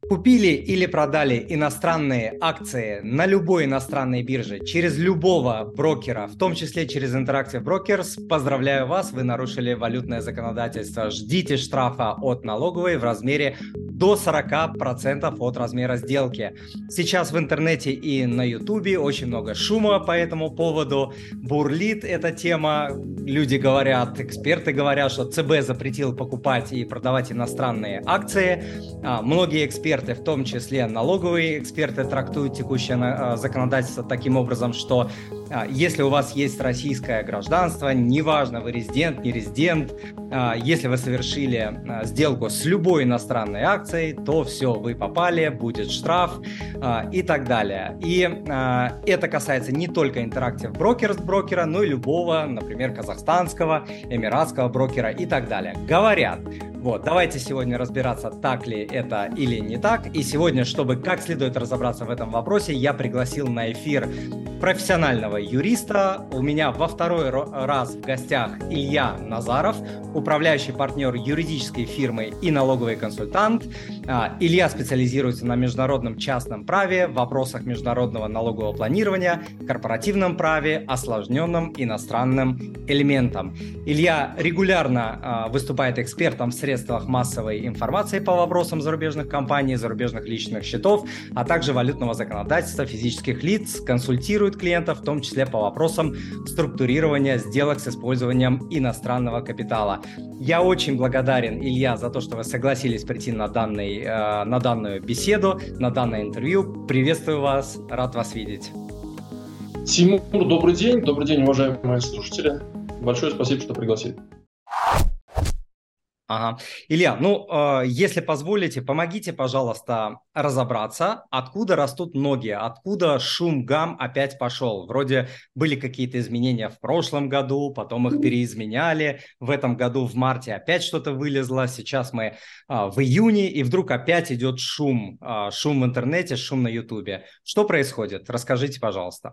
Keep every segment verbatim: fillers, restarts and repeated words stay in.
Купили или продали иностранные акции на любой иностранной бирже через любого брокера, в том числе через Interactive Brokers, поздравляю вас, вы нарушили валютное законодательство. Ждите штрафа от налоговой в размере до сорок процентов от размера сделки. Сейчас в интернете и на Ютубе очень много шума по этому поводу. Бурлит эта тема. Люди говорят, эксперты говорят, что ЦБ запретил покупать и продавать иностранные акции. Многие эксперты, в том числе налоговые эксперты, трактуют текущее законодательство таким образом, что если у вас есть российское гражданство, неважно, вы резидент, не резидент, если вы совершили сделку с любой иностранной акцией, то все, вы попали, будет штраф и так далее. И это касается не только Interactive Brokers брокера, но и любого, например, казахстанского, эмиратского брокера и так далее. Говорят. Вот, давайте сегодня разбираться, так ли это или не так. И сегодня, чтобы как следует разобраться в этом вопросе, я пригласил на эфир профессионального юриста. У меня во второй раз в гостях Илья Назаров, управляющий партнер юридической фирмы и налоговый консультант. Илья специализируется на международном частном праве, в вопросах международного налогового планирования, корпоративном праве, осложненном иностранным элементам. Илья регулярно выступает экспертом в средствах массовой информации по вопросам зарубежных компаний, зарубежных личных счетов, а также валютного законодательства физических лиц, консультирует клиентов, в том числе по вопросам структурирования сделок с использованием иностранного капитала. Я очень благодарен, Илья, за то, что вы согласились прийти на, данный, э, на данную беседу, на данное интервью. Приветствую вас, рад вас видеть. Тимур, добрый день. Добрый день, уважаемые слушатели. Большое спасибо, что пригласили. Ага. Илья, ну, э, если позволите, помогите, пожалуйста, разобраться, откуда растут ноги, откуда шум, гам опять пошел. Вроде были какие-то изменения в прошлом году, потом их переизменяли, в этом году в марте опять что-то вылезло, сейчас мы э, в июне, и вдруг опять идет шум, э, шум в интернете, шум на Ютубе. Что происходит? Расскажите, пожалуйста.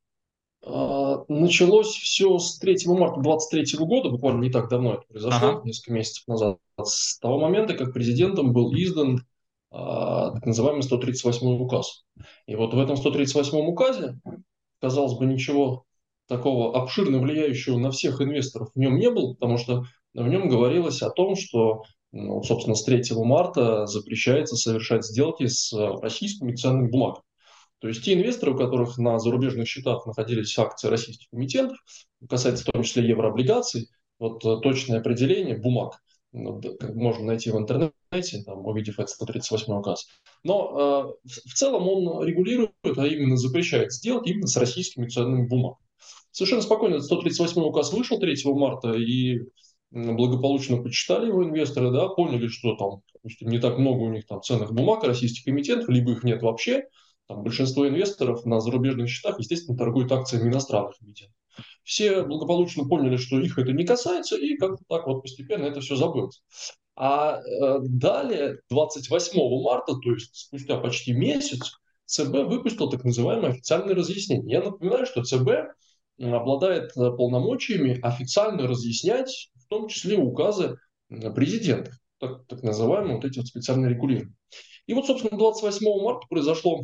Началось все с третьего марта двадцать третьего года, буквально не так давно это произошло, Ага. несколько месяцев назад, с того момента, как президентом был издан а, так называемый сто тридцать восьмой указ. И вот в этом сто тридцать восьмом указе, казалось бы, ничего такого обширно влияющего на всех инвесторов в нем не было, потому что в нем говорилось о том, что, ну, собственно, с третьего марта запрещается совершать сделки с российскими ценными бумагами. То есть те инвесторы, у которых на зарубежных счетах находились акции российских эмитентов, касается в том числе еврооблигаций, вот точное определение бумаг, ну, как можно найти в интернете, там, увидев этот сто тридцать восьмой указ. Но э, в целом он регулирует, а именно запрещает сделки именно с российскими ценными бумагами. Совершенно спокойно этот сто тридцать восьмой указ вышел третьего марта, и благополучно почитали его инвесторы, да, поняли, что там, допустим, не так много у них там ценных бумаг российских эмитентов, либо их нет вообще. Там большинство инвесторов на зарубежных счетах, естественно, торгуют акциями иностранных эмитентов. Все благополучно поняли, что их это не касается, и как-то так вот постепенно это все забылось. А э, далее, двадцать восьмого марта, то есть спустя почти месяц, ЦБ выпустил так называемое официальное разъяснение. Я напоминаю, что ЦБ обладает полномочиями официально разъяснять, в том числе указы президентов, так, так называемые вот эти вот специальные регулирования. И вот, собственно, двадцать восьмого марта произошло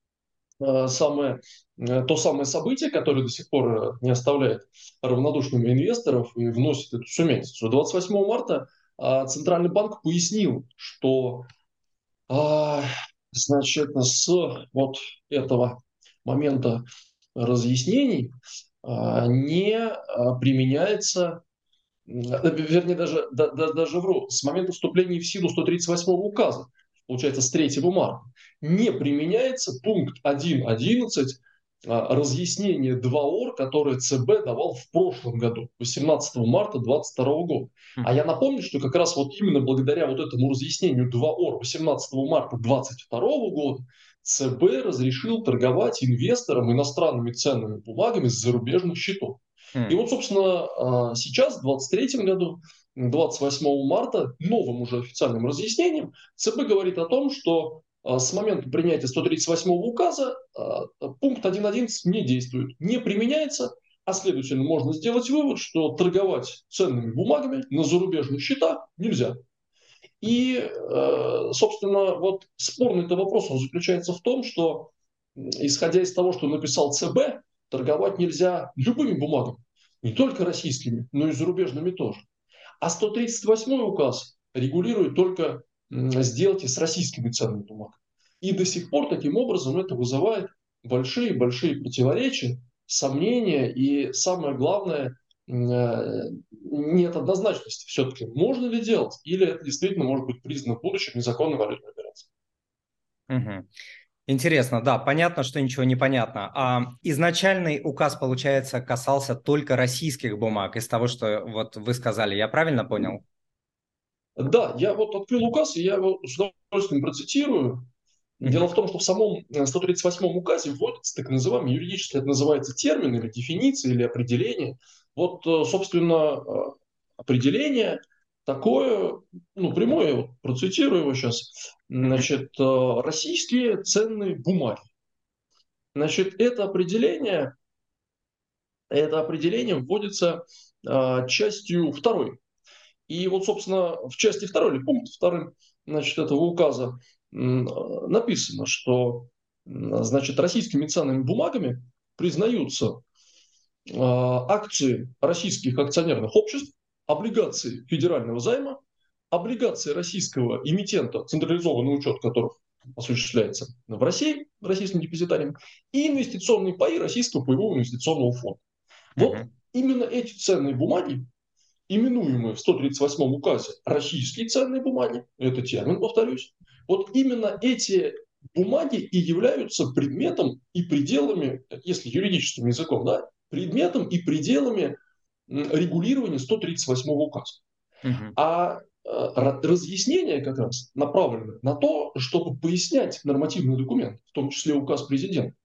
самое, то самое событие, которое до сих пор не оставляет равнодушными инвесторов и вносит эту сумятицу. двадцать восьмого марта Центральный банк пояснил, что значит, с вот этого момента разъяснений не применяется, вернее, даже, да, даже вру, с момента вступления в силу сто тридцать восьмого указа, получается, с третьего марта, не применяется пункт один точка одиннадцать разъяснение два ор, которое ЦБ давал в прошлом году, восемнадцатого марта двадцать второго года. А я напомню, что как раз вот именно благодаря вот этому разъяснению два ор восемнадцатого марта двадцать второго года ЦБ разрешил торговать инвесторам иностранными ценными бумагами с зарубежных счетов. И вот, собственно, сейчас, в двадцать третьем году, двадцать восьмого марта, новым уже официальным разъяснением, ЦБ говорит о том, что с момента принятия сто тридцать восьмого указа пункт один точка одиннадцать не действует, не применяется, а следовательно можно сделать вывод, что торговать ценными бумагами на зарубежных счетах нельзя. И, э, собственно, вот спорный-то вопрос он заключается в том, что, исходя из того, что написал ЦБ, торговать нельзя любыми бумагами, не только российскими, но и зарубежными тоже. А сто тридцать восьмой указ регулирует только сделки с российскими ценными бумагами. И до сих пор таким образом это вызывает большие-большие противоречия, сомнения и, самое главное, э, нет однозначности все-таки. Можно ли делать? Или это действительно может быть признано в будущем незаконной валютной операцией? Угу. Интересно, да, понятно, что ничего не понятно. А изначальный указ, получается, касался только российских бумаг, из того, что вот вы сказали, я правильно понял? Да, я вот открыл указ, и я его с удовольствием процитирую. Дело Угу. в том, что в самом сто тридцать восьмом указе вводится так называемый, юридически это называется термин или дефиниция, или определение. Вот, э, собственно, э, определение такое, ну, прямое, я вот процитирую его сейчас, Угу. значит, э, российские ценные бумаги. Значит, это определение, это определение вводится э, частью второй. И вот, собственно, в части второй или пункте вторым, значит, этого указа написано, что, значит, российскими ценными бумагами признаются акции российских акционерных обществ, облигации федерального займа, облигации российского эмитента, централизованный учет которых осуществляется в России, российским депозитарием, и инвестиционные паи Российского паевого инвестиционного фонда. Вот Угу. именно эти ценные бумаги, именуемые в сто тридцать восьмом указе российские ценные бумаги, это термин, повторюсь, вот именно эти бумаги и являются предметом и пределами, если юридическим языком, да, предметом и пределами регулирования сто тридцать восьмого указа. Угу. А разъяснение как раз направлено на то, чтобы пояснять нормативный документ, в том числе указ президента.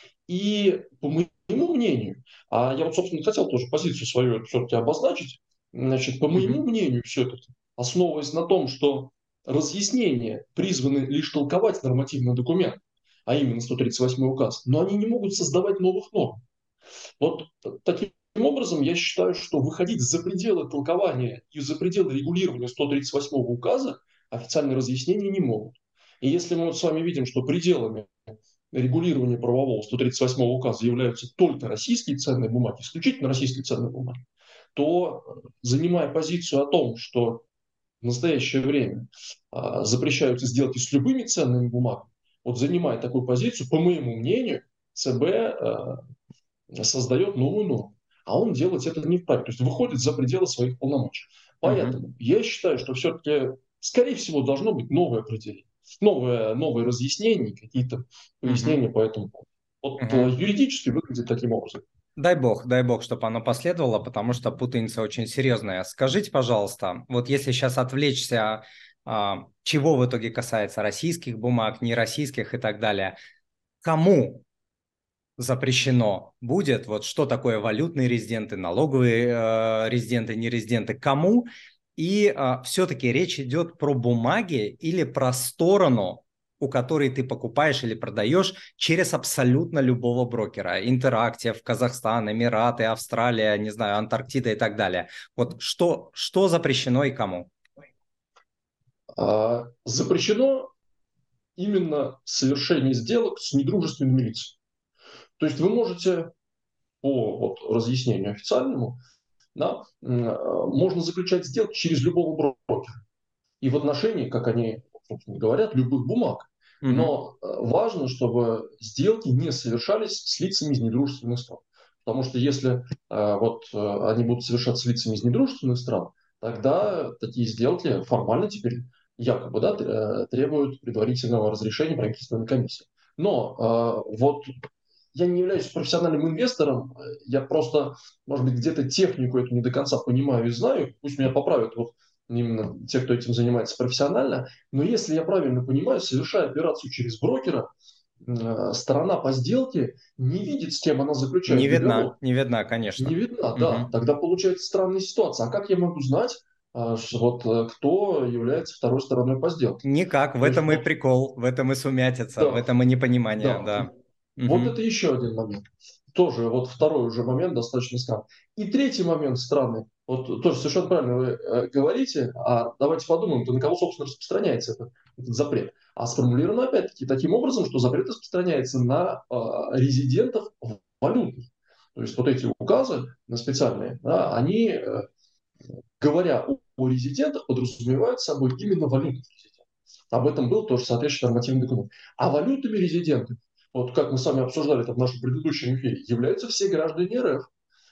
И по моему мнению, а я вот, собственно, хотел тоже позицию свою все-таки обозначить, значит, по моему Угу. мнению, все-таки, основываясь на том, что разъяснения призваны лишь толковать нормативный документ, а именно сто тридцать восьмой указ, но они не могут создавать новых норм. Вот таким образом я считаю, что выходить за пределы толкования и за пределы регулирования сто тридцать восьмого указа официальные разъяснения не могут. И если мы вот с вами видим, что пределами регулирования правового сто тридцать восьмого указа являются только российские ценные бумаги, исключительно российские ценные бумаги, то, занимая позицию о том, что в настоящее время а, запрещаются сделки с любыми ценными бумагами, вот занимая такую позицию, по моему мнению, ЦБ а, создает новую норму. А он делать это не вправе, то есть выходит за пределы своих полномочий. Угу. Поэтому я считаю, что все-таки, скорее всего, должно быть новое определение, новое, новые разъяснения, какие-то Угу. пояснения по этому поводу. Вот э, Угу. юридически выглядит таким образом. Дай бог, дай бог, чтобы оно последовало, потому что путаница очень серьезная. Скажите, пожалуйста, вот если сейчас отвлечься, а, чего в итоге касается российских бумаг, нероссийских и так далее, кому запрещено будет, вот что такое валютные резиденты, налоговые э, резиденты, нерезиденты, кому? И э, все-таки речь идет про бумаги или про сторону, у которой ты покупаешь или продаешь через абсолютно любого брокера. Интерактив, Казахстан, Эмираты, Австралия, не знаю, Антарктида и так далее. Вот что, что запрещено и кому? А, запрещено именно совершение сделок с недружественными лицами. То есть вы можете по вот, разъяснению официальному, да, можно заключать сделки через любого брокера. И в отношении, как они собственно, говорят, любых бумаг. Угу. Но важно, чтобы сделки не совершались с лицами из недружественных стран. Потому что если вот, они будут совершаться с лицами из недружественных стран, тогда такие сделки формально теперь якобы да, требуют предварительного разрешения правительственной комиссии. Но вот я не являюсь профессиональным инвестором, я просто, может быть, где-то технику эту не до конца понимаю и знаю, пусть меня поправят вот именно те, кто этим занимается профессионально, но если я правильно понимаю, совершая операцию через брокера, сторона по сделке не видит, с кем она Не заключает видна, договор. не видна, Не конечно. видна, да. Угу. Тогда получается странная ситуация. А как я могу знать, вот, кто является второй стороной по сделке? Никак, в То есть этом и вот, прикол, в этом и сумятица, в да, этом и непонимание, да. да. Вот Угу. это еще один момент. Тоже вот второй уже момент достаточно странный. И третий момент странный. Вот тоже совершенно правильно вы э, говорите, а давайте подумаем, то на кого, собственно, распространяется этот, этот запрет. А сформулировано, опять-таки, таким образом, что запрет распространяется на э, резидентов валютных. То есть вот эти указы на специальные, да, они, э, говоря о, о резидентах, подразумевают собой именно валютных резидентов. Об этом был тоже соответствующий нормативный документ. А валютными резидентами, вот как мы с вами обсуждали это в нашем предыдущем эфире, являются все граждане РФ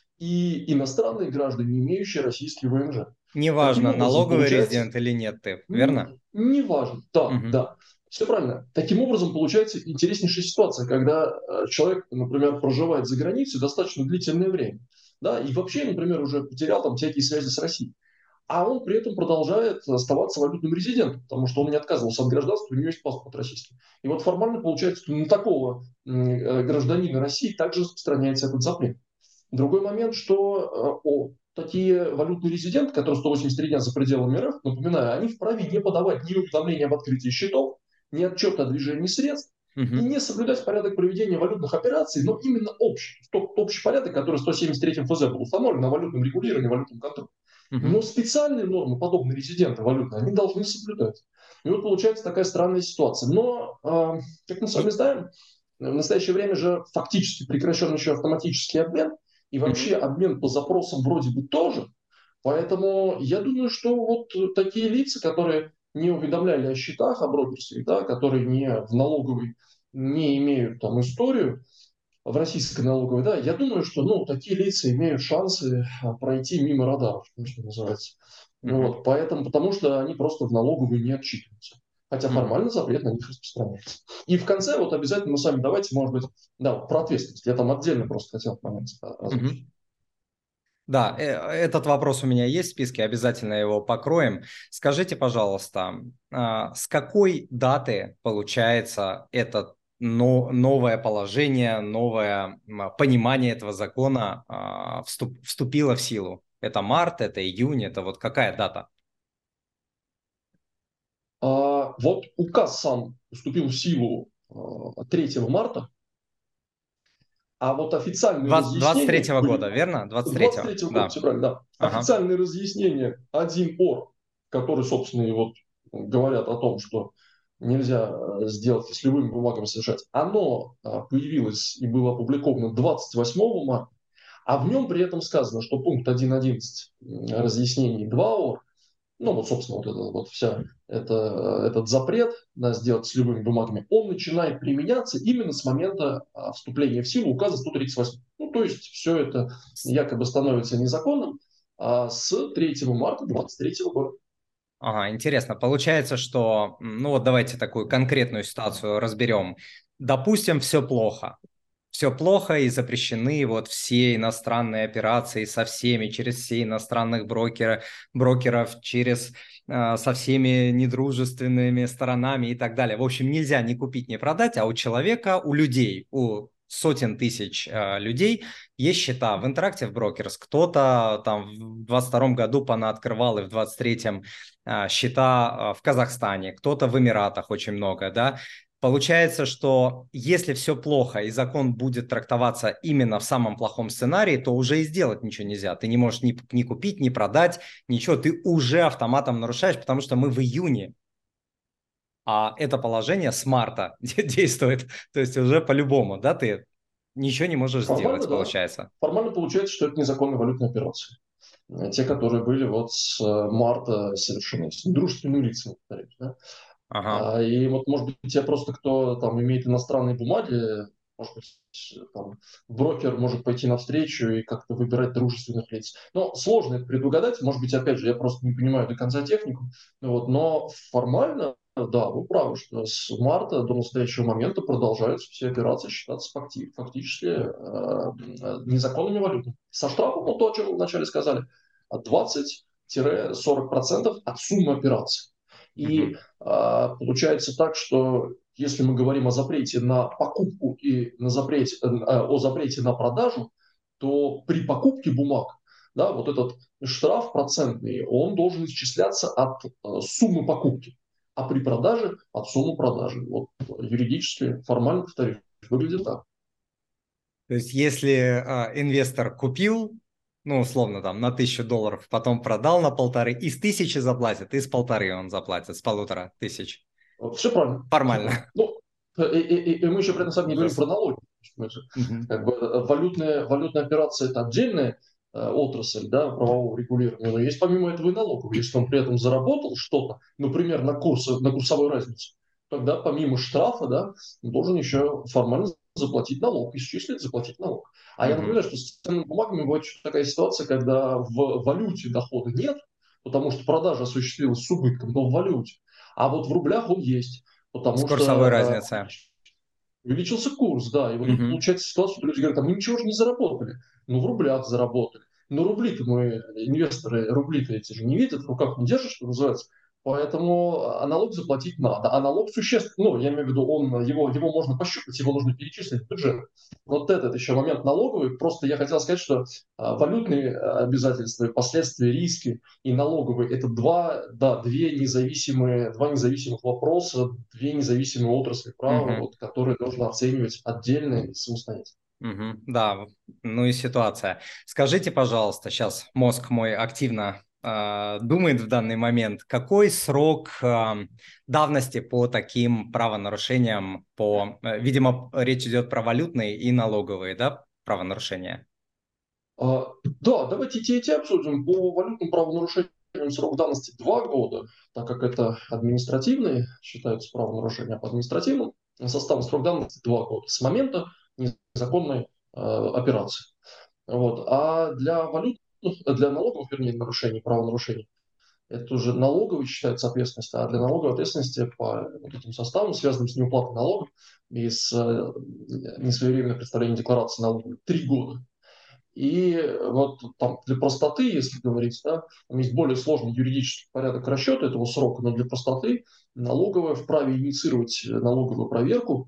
и иностранные граждане, не имеющие российский ВНЖ. Таким Неважно, образом, налоговый получается, резидент или нет ты, верно? м, неважно, да, Мгм. да, все правильно. Таким образом, получается интереснейшая ситуация, когда э, человек, например, проживает за границей достаточно длительное время, да, и вообще, например, уже потерял там всякие связи с Россией, а он при этом продолжает оставаться валютным резидентом, потому что он не отказывался от гражданства, у него есть паспорт российский. И вот формально получается, что на такого э, гражданина России также распространяется этот запрет. Другой момент, что э, о, такие валютные резиденты, которые сто восемьдесят три дня за пределами РФ, напоминаю, они вправе не подавать ни уведомления об открытии счетов, ни отчета о движении средств и Мгм. не соблюдать порядок проведения валютных операций, но именно общий, тот общий порядок, который в сто семьдесят третьем ФЗ был установлен на валютном регулировании, валютном контроле. Мгм. Но специальные нормы, подобные резиденты валютные, они должны соблюдать. И вот получается такая странная ситуация. Но, э, как мы с вами И- знаем, в настоящее время же фактически прекращен еще автоматический обмен, и Мгм. вообще обмен по запросам вроде бы тоже. Поэтому я думаю, что вот такие лица, которые не уведомляли о счетах, о брокерстве, да, которые не в налоговой не имеют там историю в российской налоговой, да, я думаю, что ну, такие лица имеют шансы а, пройти мимо радаров, что называется. Ну, Мгм. вот, поэтому, потому что они просто в налоговую не отчитываются. Хотя Мгм. формально запрет на них распространяется. И в конце вот обязательно мы с вами давайте, может быть, да, вот про ответственность. Я там отдельно просто хотел этот момент озвучить. Мгм. Да, э, этот вопрос у меня есть в списке, обязательно его покроем. Скажите, пожалуйста, а, с какой даты получается это но- новое положение, новое м, понимание этого закона а, вступ- вступило в силу? Это март, это июнь, это вот какая дата? А, вот указ сам вступил в силу а, третьего марта, а вот официальные двадцать разъяснения третьего были года, верно? двадцать третьего, двадцать третьего года, да. все правильно, да. Ага. Официальные разъяснения один ор, который, собственно, и вот говорят о том, что нельзя э, сделать, если любыми бумагами совершать, оно а, появилось и было опубликовано двадцать восьмого марта, а в нем при этом сказано, что пункт один точка одиннадцать разъяснений два ор, ну вот, собственно, вот, это, вот вся это, этот запрет да, сделать с любыми бумагами, он начинает применяться именно с момента а, вступления в силу указа сто тридцать восемь. Ну, то есть все это якобы становится незаконным а, с третьего марта двадцать третьего года. Ага, интересно. Получается, что, м, ну вот давайте такую конкретную ситуацию разберем. Допустим, все плохо. Все плохо и запрещены вот все иностранные операции со всеми, через все иностранных брокера, брокеров, через э, со всеми недружественными сторонами и так далее. В общем, нельзя ни купить, ни продать, а у человека, у людей, у сотен тысяч э, людей есть счета в Interactive Brokers. Кто-то там в двадцать втором году понаоткрывал и в двадцать третьем а, счета а, в Казахстане, кто-то в Эмиратах очень много, да. Получается, что если все плохо и закон будет трактоваться именно в самом плохом сценарии, то уже и сделать ничего нельзя. Ты не можешь ни, ни купить, ни продать, ничего. Ты уже автоматом нарушаешь, потому что мы в июне, а это положение с марта действует. То есть уже по-любому, да, ты ничего не можешь Формально, сделать, да. получается. Формально получается, что это незаконные валютные операции. Э, Те, которые были вот с э, марта совершены. С дружественными лицами, повторюсь, да. Ага. А, и вот, может быть, те просто, кто там имеет иностранные бумаги, может быть, там, брокер может пойти навстречу и как-то выбирать дружественных лиц. Но сложно это предугадать. Может быть, опять же, я просто не понимаю до конца технику. Ну вот, но формально, да, вы правы, что с марта до настоящего момента продолжаются все операции считаться факти- фактически э, э, незаконными валютами. Со штрафом, ну, то, о чем вы вначале сказали, от двадцати-сорока процентов от суммы операций. И Мгм. а, получается так, что если мы говорим о запрете на покупку и на запрете, э, о запрете на продажу, то при покупке бумаг, да, вот этот штраф процентный, он должен исчисляться от э, суммы покупки, а при продаже от суммы продажи. Вот юридически, формально, повторюсь, выглядит так. То есть если а, инвестор купил ну, условно, там, на тысячу долларов, потом продал на полторы, из тысячи заплатит, из полторы он заплатит, с полутора тысяч. Вот, все правильно, все правильно. Формально. Ну, и, и- и мы еще при этом с вами не говорим Ужас. про налоги. Мы же, Мгм. как бы, э, валютная, валютная операция– это отдельная э, отрасль, да, правового регулирования, но есть помимо этого и налоговые. Если он при этом заработал что-то, например, на, курс, на курсовой разнице, тогда помимо штрафа, да, он должен еще формально заплатить налог, исчислить, заплатить налог. А я Мгм. напоминаю, что с ценными бумагами бывает такая ситуация, когда в валюте дохода нет, потому что продажа осуществилась с убытком, но в валюте. А вот в рублях он есть, С потому курсовой что э, разницей. увеличился курс, да. И вот тут Мгм. получается ситуация, что люди говорят, а мы ничего же не заработали. Ну, в рублях заработали. Но рубли-то мы, инвесторы, рубли-то эти же не видят, ну как, не держат, что называется. Поэтому а налог заплатить надо. А налог существенный, ну, я имею в виду, он, его, его можно пощупать, его нужно перечислить в бюджет. Вот этот еще момент налоговый. Просто я хотел сказать, что а, валютные а, обязательства, последствия, риски и налоговые– это два, да, две независимые, два независимых вопроса, две независимые отрасли права, Мгм. вот, которые нужно оценивать отдельно и самостоятельно. Мгм. Да, ну и ситуация. Скажите, пожалуйста, сейчас мозг мой активно э, думает в данный момент, какой срок э, давности по таким правонарушениям, по, э, видимо, речь идет про валютные и налоговые, да, правонарушения? А, да, давайте те и те обсудим. По валютным правонарушениям срок давности два года, так как это административные, считаются правонарушения, а по административным составам срок давности два года с момента незаконной э, операции. Вот. А для валют, ну, для налоговых, вернее, нарушений, правонарушений, это уже налоговый считается ответственность, а для налоговой ответственности по вот этим составам, связанным с неуплатой налогов и с э, несвоевременным представлением декларации налогов, три года. И вот там для простоты, если говорить, да, там есть более сложный юридический порядок расчета этого срока, но для простоты налоговая вправе инициировать налоговую проверку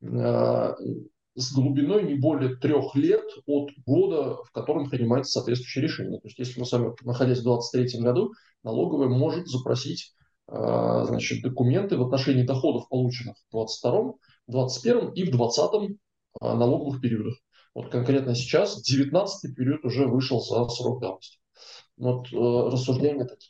э, с глубиной не более трех лет от года, в котором принимается соответствующее решение. То есть, если мы с вами, находясь в двадцать третьем году, налоговая может запросить э, значит, документы в отношении доходов, полученных в двадцать втором, двадцать первом и в двадцатом э, налоговых периодах. Вот конкретно сейчас, девятнадцатый период уже вышел за срок давности. Вот э, рассуждения такие.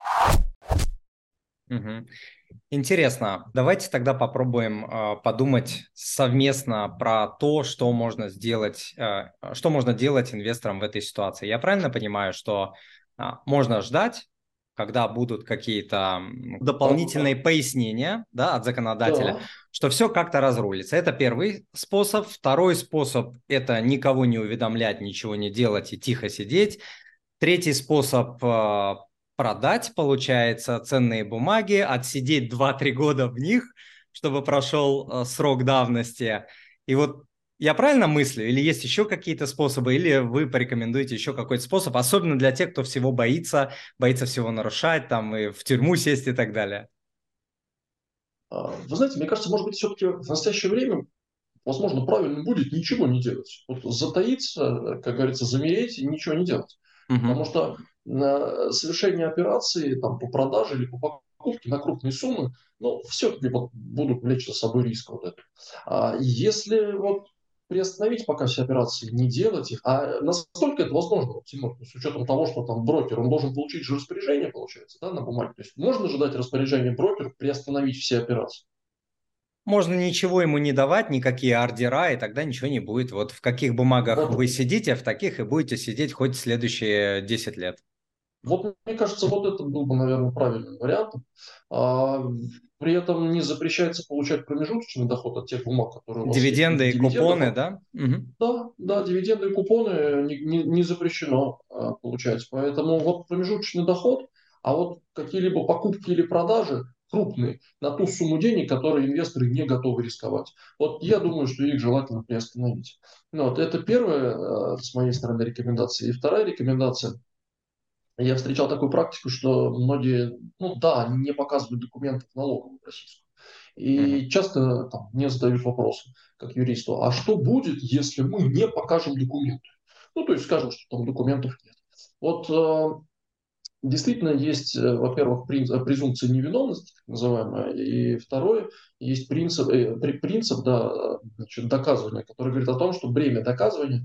Мгм. Интересно. Давайте тогда попробуем э, подумать совместно про то, что можно сделать, э, что можно делать инвесторам в этой ситуации. Я правильно понимаю, что а, можно ждать, когда будут какие-то м, Да, дополнительные пояснения, да, от законодателя, да, что все как-то разрулится. Это первый способ. Второй способ– это никого не уведомлять, ничего не делать и тихо сидеть. Третий способ э, продать, получается, ценные бумаги, отсидеть два-три года в них, чтобы прошел э, срок давности. И вот я правильно мыслю? Или есть еще какие-то способы? Или вы порекомендуете еще какой-то способ, особенно для тех, кто всего боится, боится всего нарушать, там и в тюрьму сесть и так далее? А, вы знаете, мне кажется, может быть, все-таки в настоящее время, возможно, правильно будет ничего не делать. Вот затаиться, как говорится, замереть и ничего не делать. Потому Мгм. что на совершение операции там, по продаже или по покупке на крупные суммы, ну, все-таки вот будут влечь за собой риск вот этот. А если вот приостановить пока все операции, не делать их, а насколько это возможно, вот, Тимур, с учетом того, что там брокер, он должен получить же распоряжение, получается, да, на бумаге. То есть можно же дать распоряжение брокеру приостановить все операции? Можно ничего ему не давать, никакие ордера, и тогда ничего не будет. Вот в каких бумагах вы Вот сидите, в таких и будете сидеть хоть следующие десять лет. Вот, мне кажется, вот это был бы, наверное, правильным вариантом. А, при этом не запрещается получать промежуточный доход от тех бумаг, которые у вас есть в виде Дивиденды и дивидендов. купоны, А, да? Мгм. да, да, дивиденды и купоны не, не- не запрещено а, получать. Поэтому вот промежуточный доход, а вот какие-либо покупки или продажи крупные на ту сумму денег, которые инвесторы не готовы рисковать. Вот я думаю, что их желательно приостановить. Ну, вот это первая а, с моей стороны рекомендация. И вторая рекомендация – я встречал такую практику, что многие, ну да, они не показывают документы в налоговую российскую. Мгм. И часто там, мне задают вопрос, как юристу, а что будет, если мы не покажем документы? Ну, то есть скажем, что там документов нет. Вот э, действительно есть, э, во-первых, прин- э, презумпция невиновности, так называемая, и второе, есть принцип, э, при- принцип да, значит, доказывания, который говорит о том, что бремя доказывания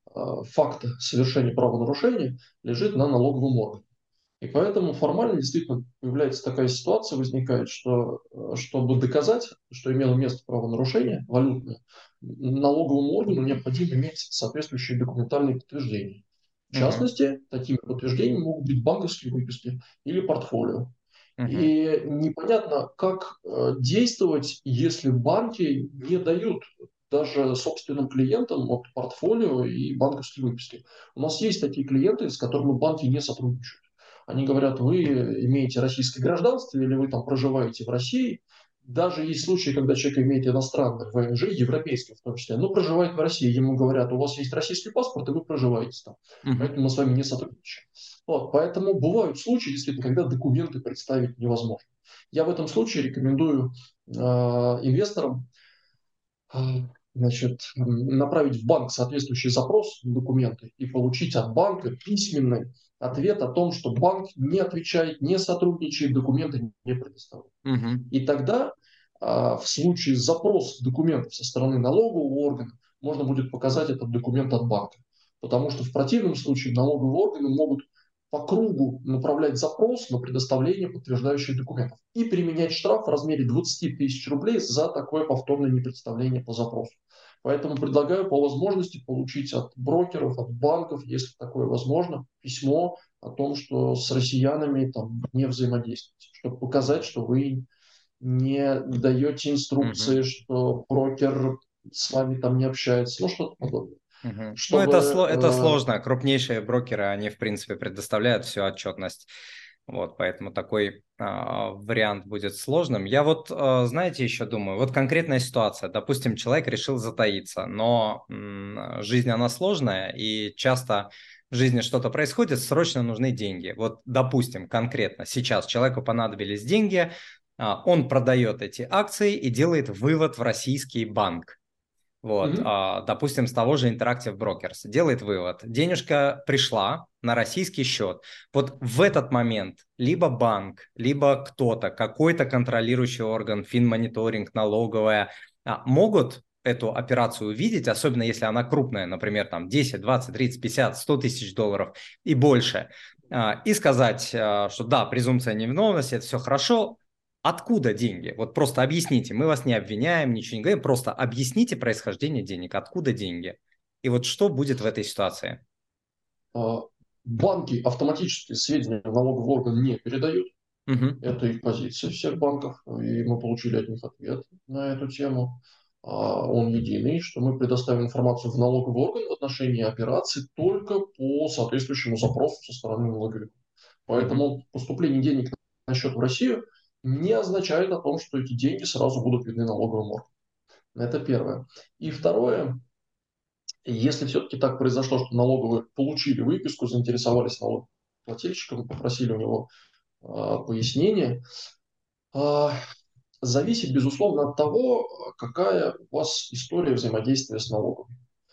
факта совершения правонарушения лежит на налоговом органе. И поэтому формально действительно появляется такая ситуация, возникает, что э, чтобы доказать, что имело место правонарушение валютное, налоговому органу необходимо иметь соответствующие документальные подтверждения. В Мгм. частности, такими подтверждениями могут быть банковские выписки или портфолио. Мгм. И непонятно, как э, действовать, если банки не дают даже собственным клиентам от портфолио и банковские выписки. У нас есть такие клиенты, с которыми банки не сотрудничают. Они говорят, вы имеете российское гражданство или вы там проживаете в России. Даже есть случаи, когда человек имеет иностранное вэ эн жэ, европейское в том числе, но проживает в России. Ему говорят, у вас есть российский паспорт, и вы проживаете там. Мгм. Поэтому мы с вами не сотрудничаем. Вот, поэтому бывают случаи, действительно, когда документы представить невозможно. Я в этом случае рекомендую э, инвесторам э, значит, направить в банк соответствующий запрос на документы и получить от банка письменный ответ о том, что банк не отвечает, не сотрудничает, документы не предоставляет. Мгм. И тогда а, в случае запроса документов со стороны налогового органа можно будет показать этот документ от банка. Потому что в противном случае налоговые органы могут по кругу направлять запрос на предоставление подтверждающих документов и применять штраф в размере двадцать тысяч рублей за такое повторное непредставление по запросу. Поэтому предлагаю по возможности получить от брокеров, от банков, если такое возможно, письмо о том, что с россиянами там не взаимодействовать, чтобы показать, что вы не даете инструкции, Мгм. что брокер с вами там не общается, ну что-то подобное. Мгм. Ну, Чтобы это, сло- это э, сложно. Крупнейшие брокеры, они, в принципе, предоставляют всю отчетность. Вот, поэтому такой а, вариант будет сложным. Я вот, а, знаете, еще думаю, вот конкретная ситуация. Допустим, человек решил затаиться, но м, жизнь, она сложная, и часто в жизни что-то происходит, срочно нужны деньги. Вот, допустим, конкретно сейчас человеку понадобились деньги, а, он продает эти акции и делает вывод в российский банк. Вот, мгм, а, допустим, с того же Interactive Brokers делает вывод. Денежка пришла на российский счет. Вот в этот момент либо банк, либо кто-то, какой-то контролирующий орган, финмониторинг, налоговая, а, могут эту операцию увидеть, особенно если она крупная, например, там десять, двадцать, тридцать, пятьдесят, сто тысяч долларов и больше, а, и сказать, а, что да, презумпция невиновности, это все хорошо. Откуда деньги? Вот просто объясните. Мы вас не обвиняем, ничего не говорим. Просто объясните происхождение денег. Откуда деньги? И вот что будет в этой ситуации? э, банки автоматически сведения в налоговый орган не передают. Мгм. Это их позиция всех банков, и мы получили от них ответ на эту тему. А, Он единый, что мы предоставим информацию в налоговый орган в отношении операций только по соответствующему запросу со стороны налоговика. Мгм. Поэтому поступление денег на счет в Россию не означает о том, что эти деньги сразу будут видны налоговым органам. Это первое. И второе, если все-таки так произошло, что налоговые получили выписку, заинтересовались налогоплательщиком, попросили у него а, пояснения, а, зависит, безусловно, от того, какая у вас история взаимодействия с налогом.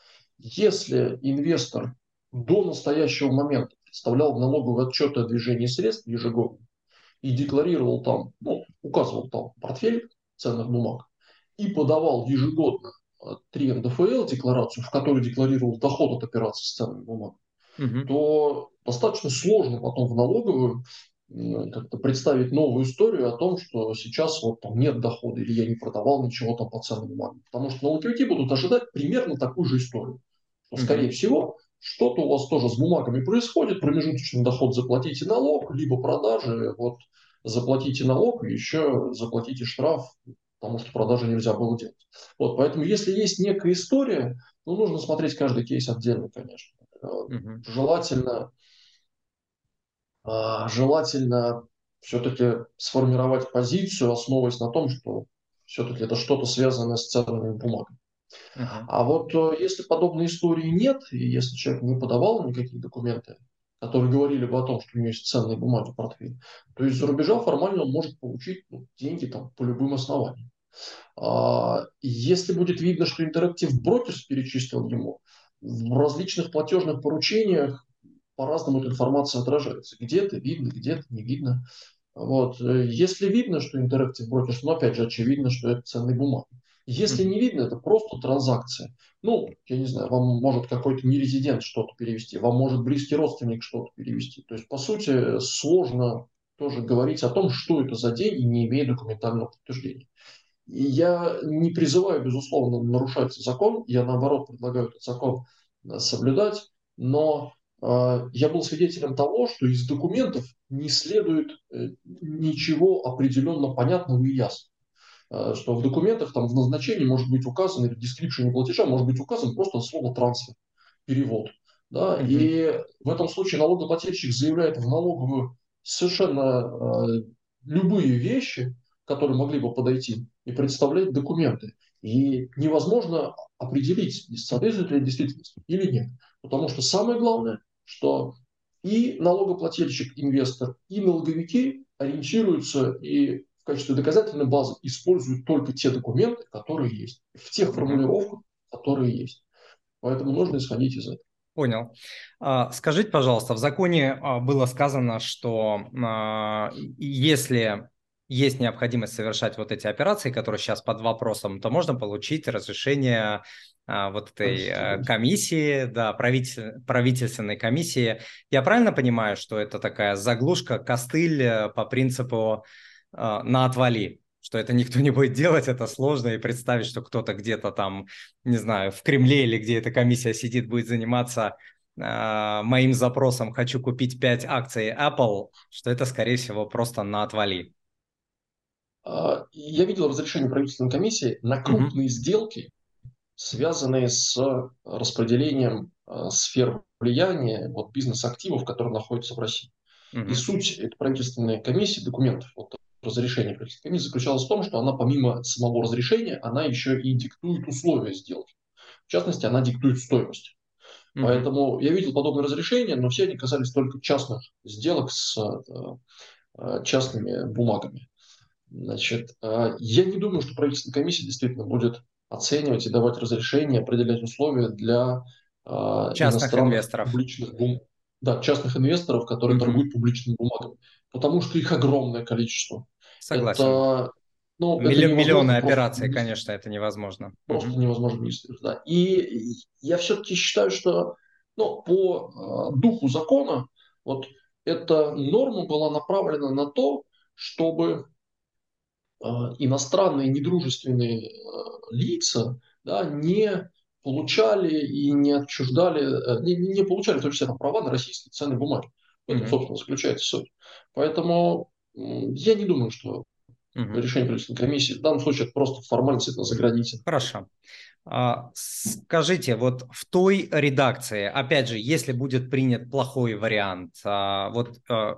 Если инвестор до настоящего момента представлял в налоговый отчет о движении средств ежегодно и декларировал там, ну, указывал там портфель ценных бумаг и подавал ежегодно э, три эн дэ эф эл декларацию, в которой декларировал доход от операций с ценными бумагами, Мгм. то достаточно сложно потом в налоговую как-то представить новую историю о том, что сейчас вот там нет дохода или я не продавал ничего там по ценным бумагам. Потому что налоговики будут ожидать примерно такую же историю. Что, скорее Мгм. всего, что-то у вас тоже с бумагами происходит, промежуточный доход заплатите налог, либо продажи, вот заплатите налог и еще заплатите штраф, потому что продажи нельзя было делать. Вот, поэтому если есть некая история, ну, нужно смотреть каждый кейс отдельно, конечно. Э, Мгм. Желательно а, желательно все-таки сформировать позицию, основываясь на том, что все-таки это что-то связанное с ценными бумагами. Мгм. А вот э, если подобной истории нет, и если человек не подавал никакие документы, которые говорили бы о том, что у него есть ценные бумаги в портфеле, то из-за рубежа формально он может получить ну, деньги там, по любым основаниям. А, если будет видно, что Interactive Brokers перечислил ему, в различных платежных поручениях по-разному эта информация отражается. Где-то видно, где-то не видно. Вот. Если видно, что Interactive Brokers, но опять же очевидно, что это ценные бумаги. Если Мгм. не видно, это просто транзакция. Ну, я не знаю, вам может какой-то нерезидент что-то перевести, вам может близкий родственник что-то перевести. То есть, по сути, сложно тоже говорить о том, что это за деньги, не имея документального подтверждения. И я не призываю, безусловно, нарушать закон, я наоборот предлагаю этот закон э, соблюдать, но э, я был свидетелем того, что из документов не следует э, ничего определенно понятного и ясного. Э, что в документах, там, в назначении может быть указано, или в description платежа может быть указано просто слово трансфер, перевод. Да? Мгм. И в этом случае налогоплательщик заявляет в налоговую совершенно э, любые вещи, которые могли бы подойти, и представлять документы. И невозможно определить, соответствует ли действительности или нет. Потому что самое главное, что и налогоплательщик, инвестор, и налоговики ориентируются и в качестве доказательной базы используют только те документы, которые есть, в тех Мгм. формулировках, которые есть. Поэтому нужно исходить из этого. Понял. А, Скажите, пожалуйста, в законе а, было сказано, что а, если есть необходимость совершать вот эти операции, которые сейчас под вопросом, то можно получить разрешение а, вот этой Правительство, э, конечно. комиссии, да, правитель- правительственной комиссии. Я правильно понимаю, что это такая заглушка, костыль э, по принципу а, на отвали? Что это никто не будет делать, это сложно, и представить, что кто-то где-то там, не знаю, в Кремле или где эта комиссия сидит, будет заниматься э, моим запросом «хочу купить пять акций Apple», что это, скорее всего, просто на отвали. А, Я видел разрешение правительственной комиссии на Мгм. крупные сделки, связанные с распределением а, сфер влияния вот, бизнес-активов, которые находятся в России. И Мгм. суть этой правительственной комиссии, документов, вот, разрешения правительственной комиссии заключалась в том, что она помимо самого разрешения, она еще и диктует условия сделки. В частности, она диктует стоимость. Мгм. Поэтому я видел подобные разрешения, но все они касались только частных сделок с э, частными бумагами. Значит, э, я не думаю, что правительственная комиссия действительно будет оценивать и давать разрешения, определять условия для э, Частных иностранных инвесторов. публичных бум, да, частных инвесторов, которые Мгм. торгуют публичными бумагами, потому что их огромное количество. Согласен. Это, ну, это Миллио- Миллионы невозможно просто операций, конечно, это невозможно. просто Мгм. невозможно администрировать. Да. И я все-таки считаю, что ну, по э, духу закона вот эта норма была направлена на то, чтобы э, иностранные недружественные э, лица да, не получали и не отчуждали, э, не, не получали в том числе там, права на российские ценные бумаги. В этом, Мгм. собственно, заключается суть. Поэтому м, я не думаю, что Мгм. решение правительственной комиссии в данном случае это просто формальность, это заградительно. Хорошо. А, Скажите, вот в той редакции, опять же, если будет принят плохой вариант, а, вот а,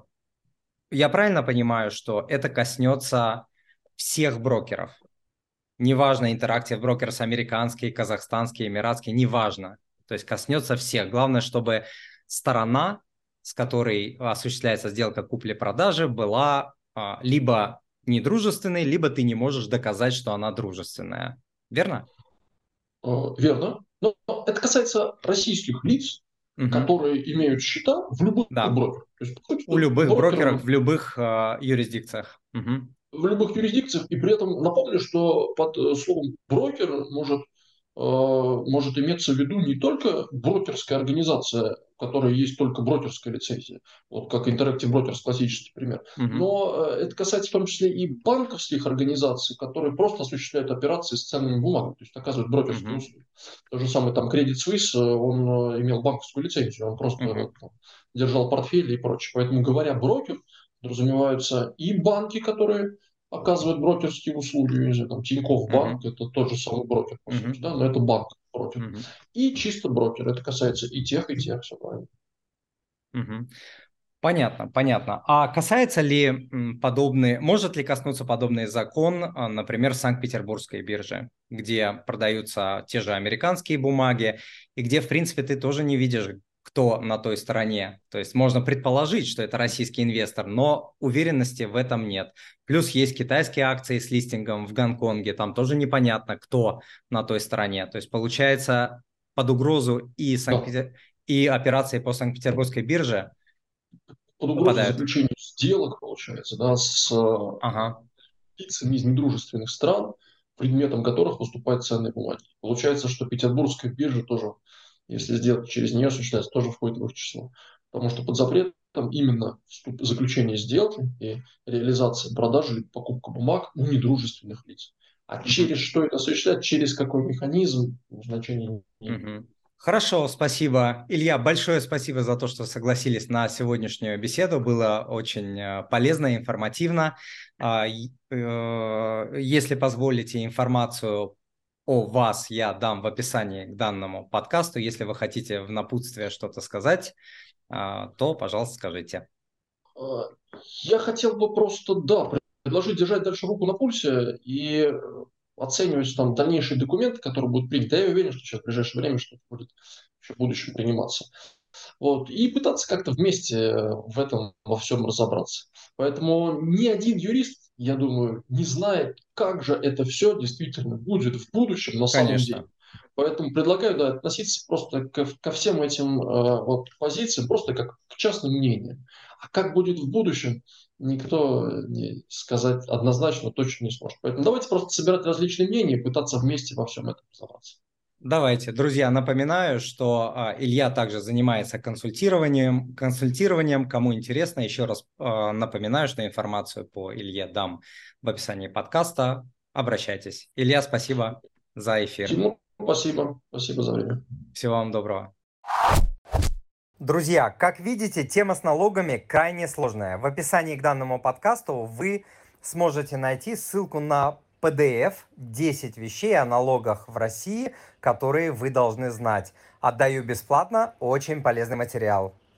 я правильно понимаю, что это коснется всех брокеров? Неважно, Interactive Brokers американский, казахстанский, эмиратский, неважно. То есть коснется всех. Главное, чтобы сторона, с которой осуществляется сделка купли-продажи, была а, либо недружественной, либо ты не можешь доказать, что она дружественная. Верно? Э, Верно. Но это касается российских лиц, Мгм. которые имеют счета в любых Да. брокерах. То есть, по сути, У это любых брокеров брокер в любых а, юрисдикциях. Мгм. в любых юрисдикциях. И при этом напомню, что под э, словом брокер может, э, может иметься в виду не только брокерская организация, у которой есть только брокерская лицензия, вот как Interactive Brokers классический пример, Мгм. но э, это касается в том числе и банковских организаций, которые просто осуществляют операции с ценными бумагами, то есть оказывают брокерские Мгм. услуги. То же самое там Credit Suisse, э, он э, имел банковскую лицензию, он просто э, Мгм. там, держал портфели и прочее. Поэтому, говоря брокер, подразумеваются и банки, которые оказывает брокерские услуги, не знаю, там Тинькофф Мгм. банк, это тот же самый брокер, по сути, Мгм. да, но это банк брокер. Мгм. И чисто брокер, это касается и тех, и тех, все правильно. Мгм. Понятно, понятно. А касается ли м, подобные, может ли коснуться подобный закон, а, например, Санкт-Петербургской биржи, где продаются те же американские бумаги, и где, в принципе, ты тоже не видишь, кто на той стороне. То есть можно предположить, что это российский инвестор, но уверенности в этом нет. Плюс есть китайские акции с листингом в Гонконге, там тоже непонятно, кто на той стороне. То есть получается под угрозу и, Да, Санкт-Петер... и операции по Санкт-Петербургской бирже под угрозой попадают. заключения сделок, получается, да, с э, Ага. лицами из недружественных стран, предметом которых выступают ценные бумаги. Получается, что Петербургская биржа тоже, если сделать через нее, осуществляется, тоже входит в их число. Потому что под запретом именно вступ- заключение сделки и реализация продажи или покупка бумаг у недружественных лиц. А Мгм. через что это осуществлять, через какой механизм, значения не имеет. Мгм. Хорошо, спасибо. Илья, большое спасибо за то, что согласились на сегодняшнюю беседу. Было очень э, полезно и информативно. А, и, э, Если позволите, информацию о вас я дам в описании к данному подкасту. Если вы хотите в напутствие что-то сказать, а, то, пожалуйста, скажите. А, Я хотел бы просто, да, предложить держать дальше руку на пульсе и э, оценивать там дальнейшие документы, которые будут приняты. Я уверен, что сейчас в ближайшее время что-то будет еще в будущем приниматься. Вот, и пытаться как-то вместе э, в этом во всем разобраться. Поэтому ни один юрист, я думаю, не знает, как же это все действительно будет в будущем на самом деле. Конечно. Поэтому предлагаю, да, относиться просто ко, ко всем этим э, вот, позициям просто как к частным мнениям. А как будет в будущем, никто не сказать однозначно точно не сможет. Поэтому давайте просто собирать различные мнения и пытаться вместе во всем этом разобраться. Давайте, друзья, напоминаю, что а, Илья также занимается консультированием. Консультированием, кому интересно, еще раз а, напоминаю, что информацию по Илье дам в описании подкаста. Обращайтесь. Илья, спасибо за эфир. Тимур, спасибо. Спасибо за время. Всего вам доброго. Друзья, как видите, тема с налогами крайне сложная. В описании к данному подкасту вы сможете найти ссылку на пи ди эф десять вещей о налогах в России, которые вы должны знать. Отдаю бесплатно, очень полезный материал.